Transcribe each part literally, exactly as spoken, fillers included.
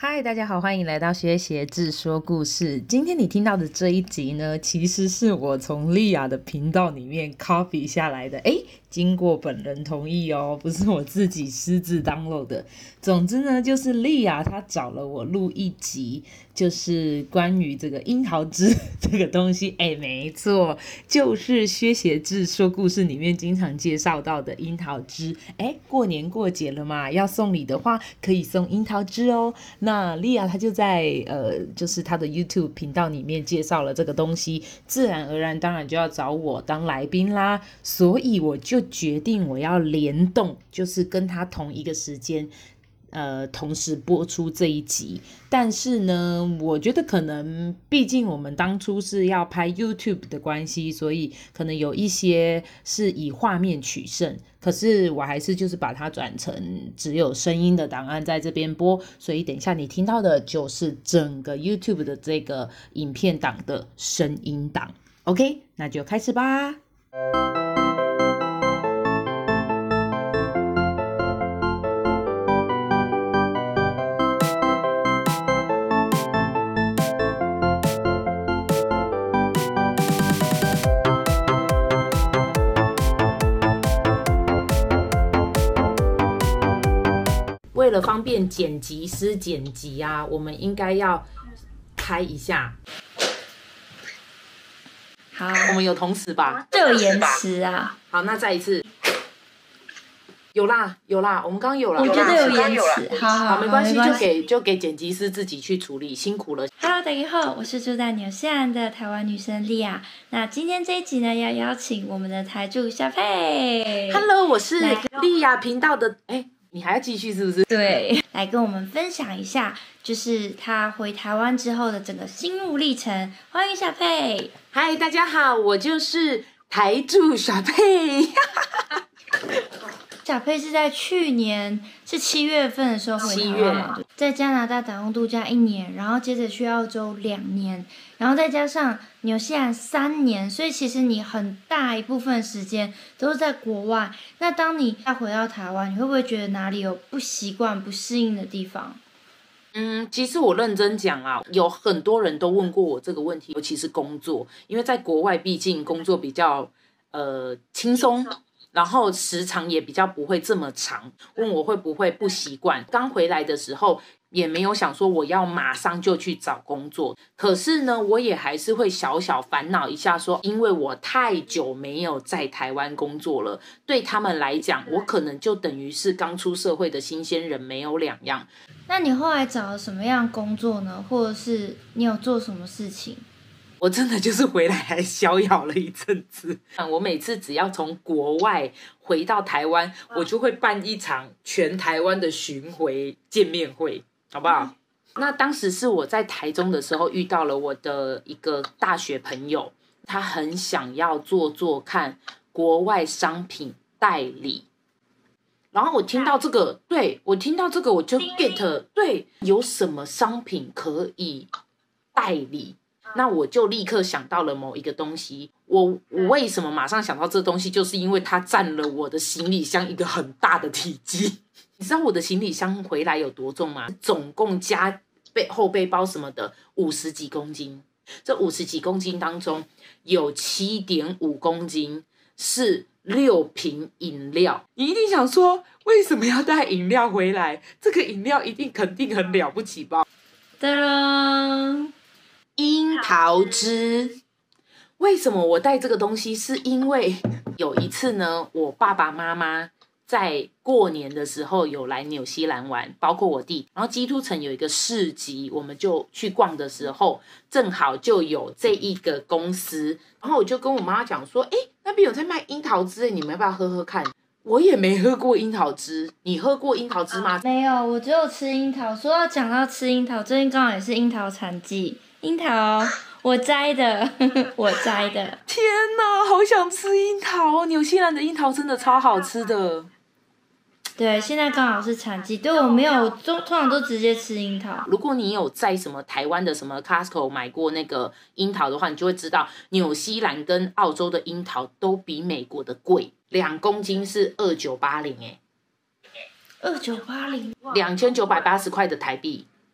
嗨，大家好，欢迎来到薛协志说故事。今天你听到的这一集呢，其实是我从莉亚的频道里面 copy 下来的，诶，经过本人同意哦，不是我自己私自 download 的。总之呢，就是莉亚她找了我录一集，就是关于这个樱桃汁这个东西。诶，没错，就是薛协志说故事里面经常介绍到的樱桃汁。诶，过年过节了嘛，要送礼的话可以送樱桃汁哦。那莉亚她就在呃，就是她的 YouTube 频道里面介绍了这个东西，自然而然当然就要找我当来宾啦，所以我就决定我要联动，就是跟她同一个时间。呃，同时播出这一集，但是呢，我觉得可能，毕竟我们当初是要拍 YouTube 的关系，所以可能有一些是以画面取胜。可是我还是就是把它转成只有声音的档案在这边播，所以等一下你听到的就是整个 YouTube 的这个影片档的声音档。OK， 那就开始吧。为了方便剪辑师剪辑啊，我们应该要拍一下。 好， 我们有同时吧？ 这有延迟啊。 好，那再一次。有啦，有啦，我们刚刚有啦。 我觉得有延迟。好好， 好，没关系，就给就给剪辑师自己去处理，辛苦了。 Hello， 大家好，我是住在纽西兰的台湾女生莉亚。那今天这一集呢，要邀请我们的台柱小佩。 Hello， 我是莉亚频道的，哎。你还要继续是不是？ 对，来跟我们分享一下，就是他回台湾之后的整个心路历程。欢迎小佩。 嗨，大家好，我就是台柱小佩。 小佩是在去年是七月份的时候回台湾嘛，在加拿大打工度假一年，然后接着去澳洲两年，然后再加上纽西兰三年，所以其实你很大一部分时间都是在国外。那当你再回到台湾，你会不会觉得哪里有不习惯、不适应的地方？ 嗯，其实我认真讲啊，有很多人都问过我这个问题，尤其是工作，因为在国外毕竟工作比较呃轻松。然后时长也比较不会这么长，问我会不会不习惯。刚回来的时候也没有想说我要马上就去找工作，可是呢，我也还是会小小烦恼一下说，因为我太久没有在台湾工作了，对他们来讲，我可能就等于是刚出社会的新鲜人，没有两样。 那你后来找了什么样的工作呢？或者是你有做什么事情？ 我真的就是回来还逍遥了一阵子。我每次只要从国外回到台湾，我就会办一场全台湾的巡回见面会，好不好？那当时是我在台中的时候遇到了我的一个大学朋友，他很想要做做看国外商品代理。然后我听到这个，对，我听到这个我就 get， 对，有什么商品可以代理？那我就立刻想到了某一个东西。我我为什么马上想到这东西，就是因为它占了我的行李箱一个很大的体积。你知道我的行李箱回来有多重吗？总共加背后背包什么的五十几公斤。这五十几公斤当中有 七点五公斤是六瓶饮料。你一定想说，为什么要带饮料回来？这个饮料一定肯定很了不起吧？ 哒啦， 樱桃汁。为什么我带这个东西？是因为有一次呢，我爸爸妈妈在过年的时候有来纽西兰玩，包括我弟，然后基督城有一个市集，我们就去逛的时候，正好就有这一个公司，然后我就跟我妈讲说，哎，那边有在卖樱桃汁，你们要不要喝喝看？我也没喝过樱桃汁，你喝过樱桃汁吗？ 啊、没有，我只有吃樱桃。说到讲到吃樱桃，最近刚好也是樱桃产季，樱桃我摘的，我摘的。 天哪，好想吃樱桃！纽西兰的樱桃真的超好吃的。 对，现在刚好是产季。对，我没有，通通常都直接吃樱桃。 如果你有在什么台湾的什么 Costco 买过那个樱桃的话，你就会知道，纽西兰跟澳洲的樱桃都比美国的贵，两公斤是二九八零哎， 二九八零， 两千九百八十块的台币。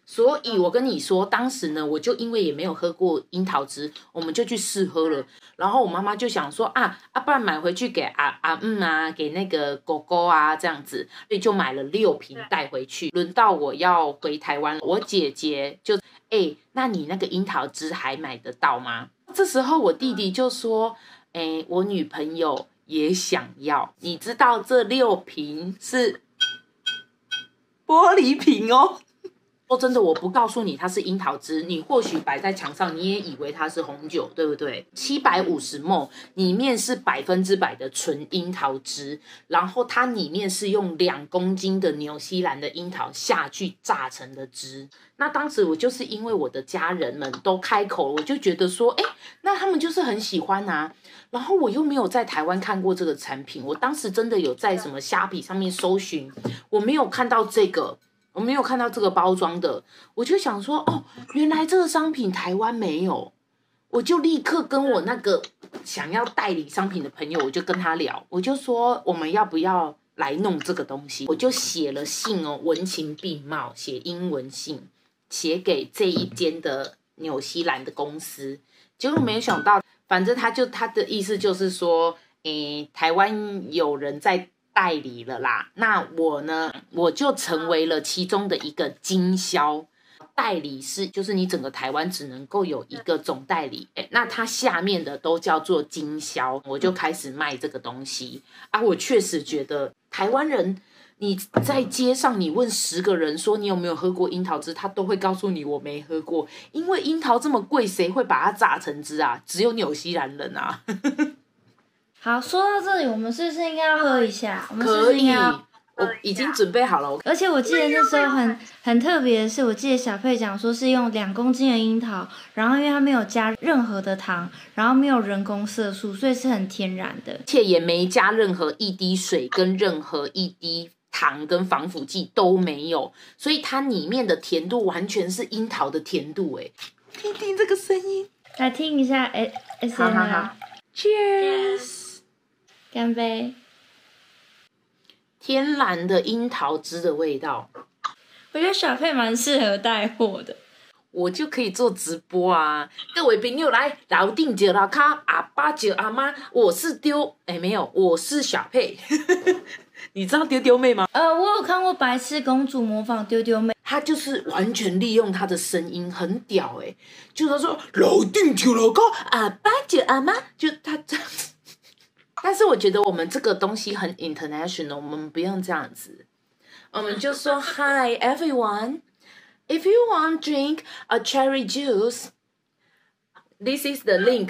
所以我跟你说，当时呢，我就因为也没有喝过樱桃汁，我们就去试喝了。然后我妈妈就想说啊，啊不然买回去给阿阿嗯啊，给那个狗狗啊这样子，所以就买了六瓶带回去。轮到我要回台湾，我姐姐就哎、欸，那你那个樱桃汁还买得到吗？这时候我弟弟就说，哎、欸，我女朋友也想要，你知道这六瓶是玻璃瓶哦。说真的，我不告诉你它是樱桃汁，你或许摆在墙上，你也以为它是红酒，对不对？七百五十 ml 里面是百分之百的纯樱桃汁，然后它里面是用两公斤的纽西兰的樱桃下去榨成的汁。那当时我就是因为我的家人们都开口，我就觉得说，哎，那他们就是很喜欢啊。然后我又没有在台湾看过这个产品，我当时真的有在什么虾皮上面搜寻，我没有看到这个。我没有看到这个包装的，我就想说，哦，原来这个商品台湾没有，我就立刻跟我那个想要代理商品的朋友，我就跟他聊，我就说我们要不要来弄这个东西，我就写了信哦，文情并茂，写英文信，写给这一间的纽西兰的公司，结果没想到，反正他就他的意思就是说，诶，台湾有人在代理了啦，那我呢，我就成为了其中的一个经销代理是，就是你整个台湾只能够有一个总代理，哎，那它下面的都叫做经销，我就开始卖这个东西啊。我确实觉得台湾人，你在街上你问十个人说你有没有喝过樱桃汁，他都会告诉你我没喝过，因为樱桃这么贵，谁会把它榨成汁啊？只有纽西兰人啊。 好，说到这里，我们是不是应该要喝一下？我们是不可以， 是应该要我已经准备好了。 而且我记得那时候很很特别的是，我记得小佩讲说是用两公斤的樱桃，然后因为它没有加任何的糖，然后没有人工色素，所以是很天然的， 而且也没加任何一滴水跟任何一滴糖跟防腐剂都没有，所以它里面的甜度完全是樱桃的甜度。哎，听听这个声音， 来听一下 S S N 啊 ，Cheers。 干杯！ 天然的樱桃汁的味道， 我觉得小佩蛮适合带货的， 我就可以做直播啊！各位朋友来，老丁姐老卡阿爸姐阿妈，我是丢哎没有，我是小佩，你知道丢丢妹吗？ 呃，我有看过白痴公主模仿丢丢妹， 她就是完全利用她的声音，很屌哎、欸！就她说老丁姐老卡阿爸姐阿妈，就她这样子。但是我觉得我们这个东西很 international， 我们不用这样子，我们就说 Hi everyone, if you want drink a cherry juice, this is the link.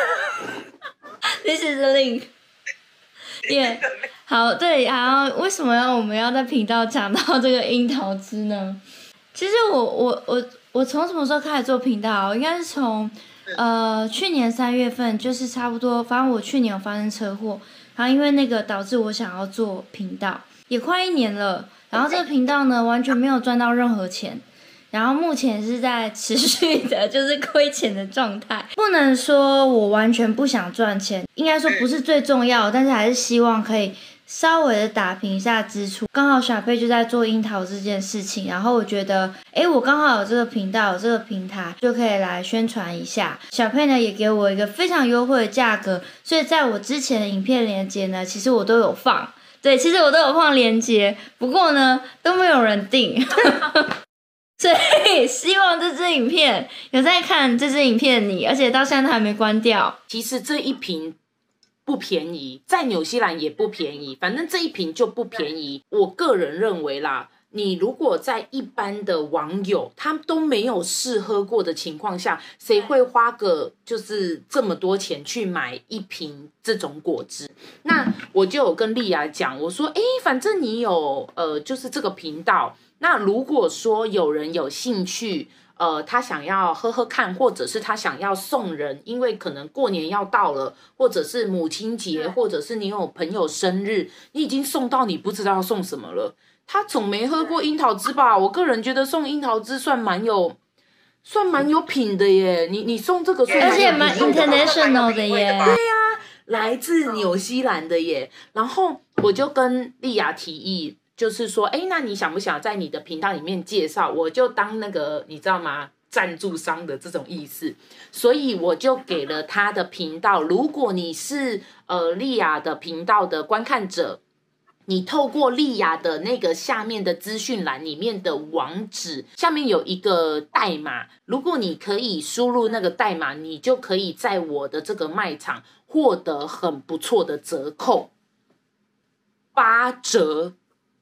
This is the link. Yeah， 好，对，然后为什么要我们要在频道讲到这个樱桃汁呢？其实我我我我从什么时候开始做频道？应该是从。呃，去年三月份就是差不多，反正我去年有发生车祸，然后因为那个导致我想要做频道，也快一年了。然后这个频道呢，完全没有赚到任何钱，然后目前是在持续的就是亏钱的状态。不能说我完全不想赚钱，应该说不是最重要，但是还是希望可以稍微的打平一下支出。刚好小佩就在做樱桃这件事情，然后我觉得，诶，我刚好有这个频道，有这个平台，就可以来宣传一下。小佩呢也给我一个非常优惠的价格，所以在我之前的影片连结呢，其实我都有放。对，其实我都有放连结，不过呢都没有人订。所以希望这支影片有在看这支影片的你，而且到现在都还没关掉。 其实这一瓶不便宜，在纽西兰也不便宜，反正这一瓶就不便宜。我个人认为啦，你如果在一般的网友他都没有试喝过的情况下，谁会花个就是这么多钱去买一瓶这种果汁？那我就有跟丽雅讲，我说，哎，反正你有呃，就是这个频道，那如果说有人有兴趣。呃，他想要喝喝看，或者是他想要送人，因为可能过年要到了，或者是母亲节，或者是你有朋友生日，你已经送到你不知道要送什么了。他总没喝过樱桃汁吧？我个人觉得送樱桃汁算蛮有，算蛮有品的耶。你你送这个算而且蛮 international 的耶。 对呀、啊，来自纽西兰的耶。然后我就跟丽雅提议， 就是说，哎，那你想不想在你的频道里面介绍？我就当那个你知道吗？赞助商的这种意思，所以我就给了他的频道。如果你是呃莉亚的频道的观看者，你透过莉亚的那个下面的资讯栏里面的网址，下面有一个代码，如果你可以输入那个代码，你就可以在我的这个卖场获得很不错的折扣，八折。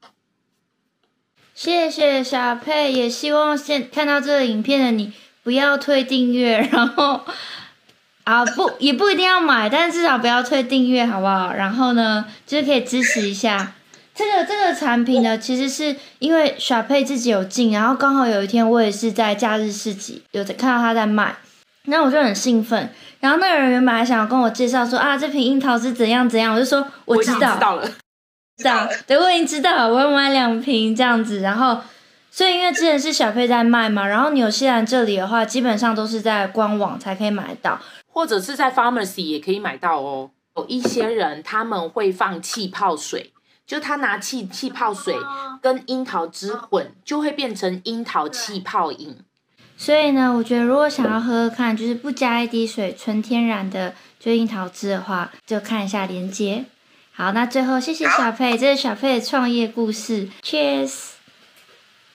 谢谢小佩，也希望现看到这个影片的你不要退订阅，然后啊不也不一定要买，但是至少不要退订阅，好不好？然后呢，就是可以支持一下这个这个产品呢，其实是因为小佩自己有进，然后刚好有一天我也是在假日市集有看到他在卖，那我就很兴奋。然后那个人原本还想要跟我介绍说啊这瓶樱桃是怎样怎样，我就说我知道， 我已经知道了。 知道，对，我已经知道，我要买两瓶这样子。然后，所以因为之前是小佩在卖嘛，然后纽西兰这里的话，基本上都是在官网才可以买到， 或者是在 pharmacy 也可以买到哦。有一些人他们会放气泡水，就他拿气气泡水跟樱桃汁混，就会变成樱桃气泡饮。 所以呢，我觉得如果想要喝喝看，就是不加一滴水，纯天然的就樱桃汁的话，就看一下链接。好，那最后谢谢小佩，这是小佩的创业故事 ，Cheers。